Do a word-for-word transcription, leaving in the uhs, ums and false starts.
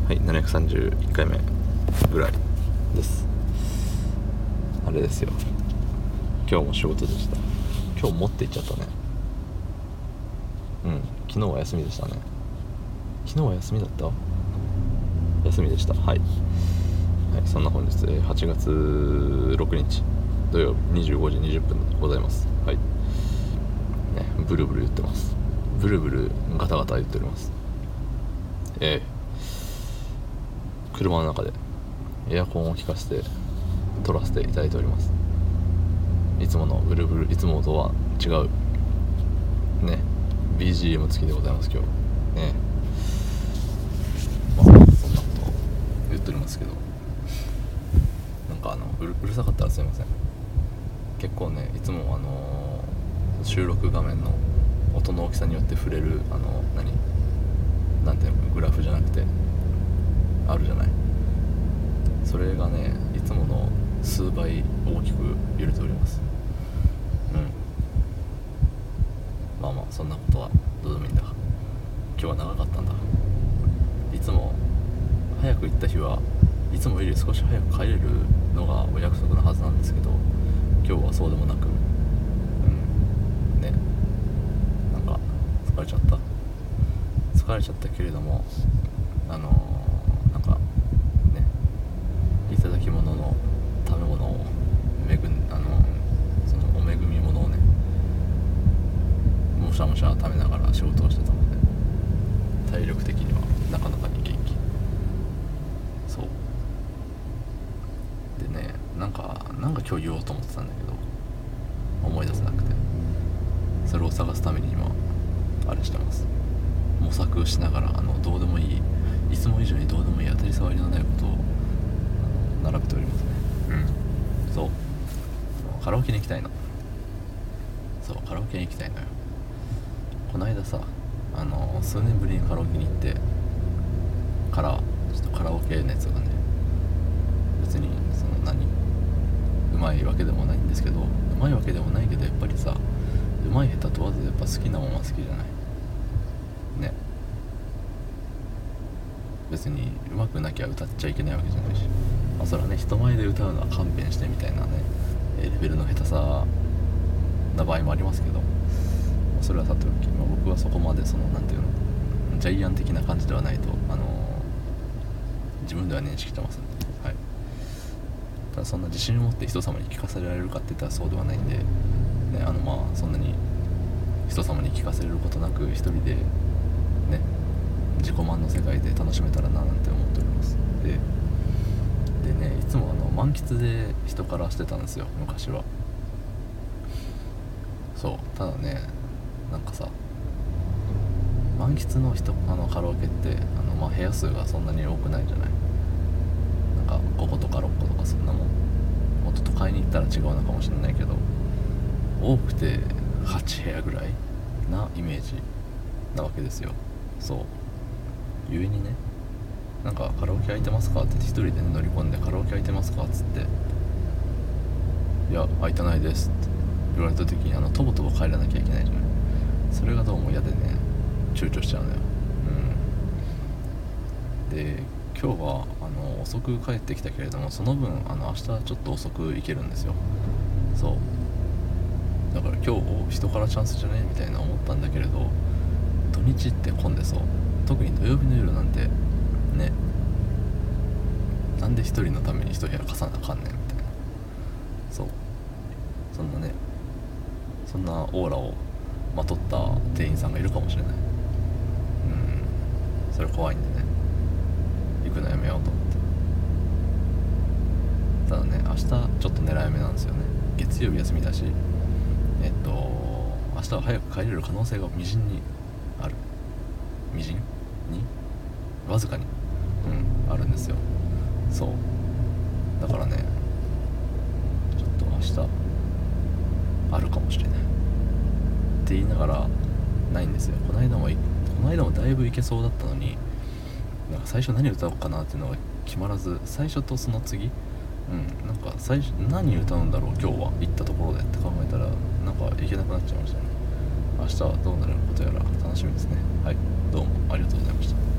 はい、ななひゃくさんじゅういっかいめぐらいです。あれですよ、今日も仕事でした。今日もって言っちゃったね。うん、昨日は休みでしたね。昨日は休みだった？休みでした。はい、はい、そんな本日はちがつろくにち土曜日にじゅうごじにじゅっぷんでございます。はい、ね、ブルブル言ってます。ブルブルガタガタ言っております。ええ車の中でエアコンを効かせて撮らせていただいております。いつものブルブル、いつもとは違うね ビージーエム 付きでございます今日ね。まあそんなこと言っておりますけど、なんかあのう る, うるさかったらすいません。結構ね、いつもあのー、収録画面の音の大きさによって触れるあの何なんていうの、グラフじゃなくてあるじゃない。それがね、いつもの数倍大きく揺れております。うん。まあまあそんなことはどうでもいいんだ。今日は長かったんだ。いつも早く行った日はいつもより少し早く帰れるのがお約束のはずなんですけど、今日はそうでもなく、うんね、なんか疲れちゃった疲れちゃったけれども、あのー、なんかね、いただき物の食べ物を恵んあのそのお恵み物をね、もしゃもしゃ食べながら仕事をしてたので、体力的にはなかなかに元気。そうでね、なんかなんか今日言おうと思ってたんだけど思い出せなくて、それを探すために今あれしてます。模索しながら、あのどうでもいい、いつも以上にどうでもいい当たり障りのないことをあの並べておりますね。うん、そう、カラオケに行きたいの。そうカラオケに行きたいのよ。この間さ、あの数年ぶりにカラオケに行ってからちょっとカラオケ熱がね、別にその何うまいわけでもないんですけど、うまいわけでもないけどやっぱりさ、うまい下手問わずやっぱ好きなもんは好きじゃないね。別にうまくなきゃ歌っちゃいけないわけじゃないし、まあそれはね、人前で歌うのは勘弁してみたいなね、レベルの下手さな場合もありますけど、それはさておき、まあ、僕はそこまでそのなんていうの、ジャイアン的な感じではないと、あのー、自分では認識してますんで、はい。ただそんな自信を持って人様に聞かせられるかって言ったらそうではないんで、ね、あのまあそんなに人様に聞かせれることなく一人でね、自己満の世界で楽しめたらななんて思っております。ででね、いつもあの満喫で人からしてたんですよ昔は。そうただね、なんかさ、満喫の人あのカラオケってあの、まあ、部屋数がそんなに多くないじゃない。なんかごことかろっことか、そんなもん、もっと都会に行ったら違うのかもしれないけど、多くてはちへやぐらいなイメージなわけですよ。そうゆえにね、なんかカラオケ空いてますかって言って一人で、ね、乗り込んでカラオケ空いてますかっつって、いや空いてないですって言われた時に、あのとぼとぼ帰らなきゃいけないじゃない。それがどうも嫌でね、躊躇しちゃうのよ。うんで、今日はあの遅く帰ってきたけれども、その分あの明日ちょっと遅く行けるんですよ。そうだから今日人からチャンスじゃねみたいな思ったんだけれど、土日って混んでそう。特に土曜日の夜なんてね、なんで一人のために一部屋貸さなあかんねんみたいな。そうそんなね、そんなオーラをまとった店員さんがいるかもしれない。うんそれ怖いんでね、行くのやめようと思って。ただね、明日ちょっと狙い目なんですよね。月曜日休みだし、えっと明日は早く帰れる可能性がみじんにある。みじんにわずかに、うん、あるんですよ。そうだからね、ちょっと明日あるかもしれないって言いながらないんですよ。この間もこの間もだいぶいけそうだったのに、なんか最初何歌おうかなっていうのが決まらず、最初とその次、うんなんか最初何歌うんだろう今日は行ったところでって考えたら、なんかいけなくなっちゃいましたね。明日はどうなることやら楽しみですね。はい、どうもありがとうございました。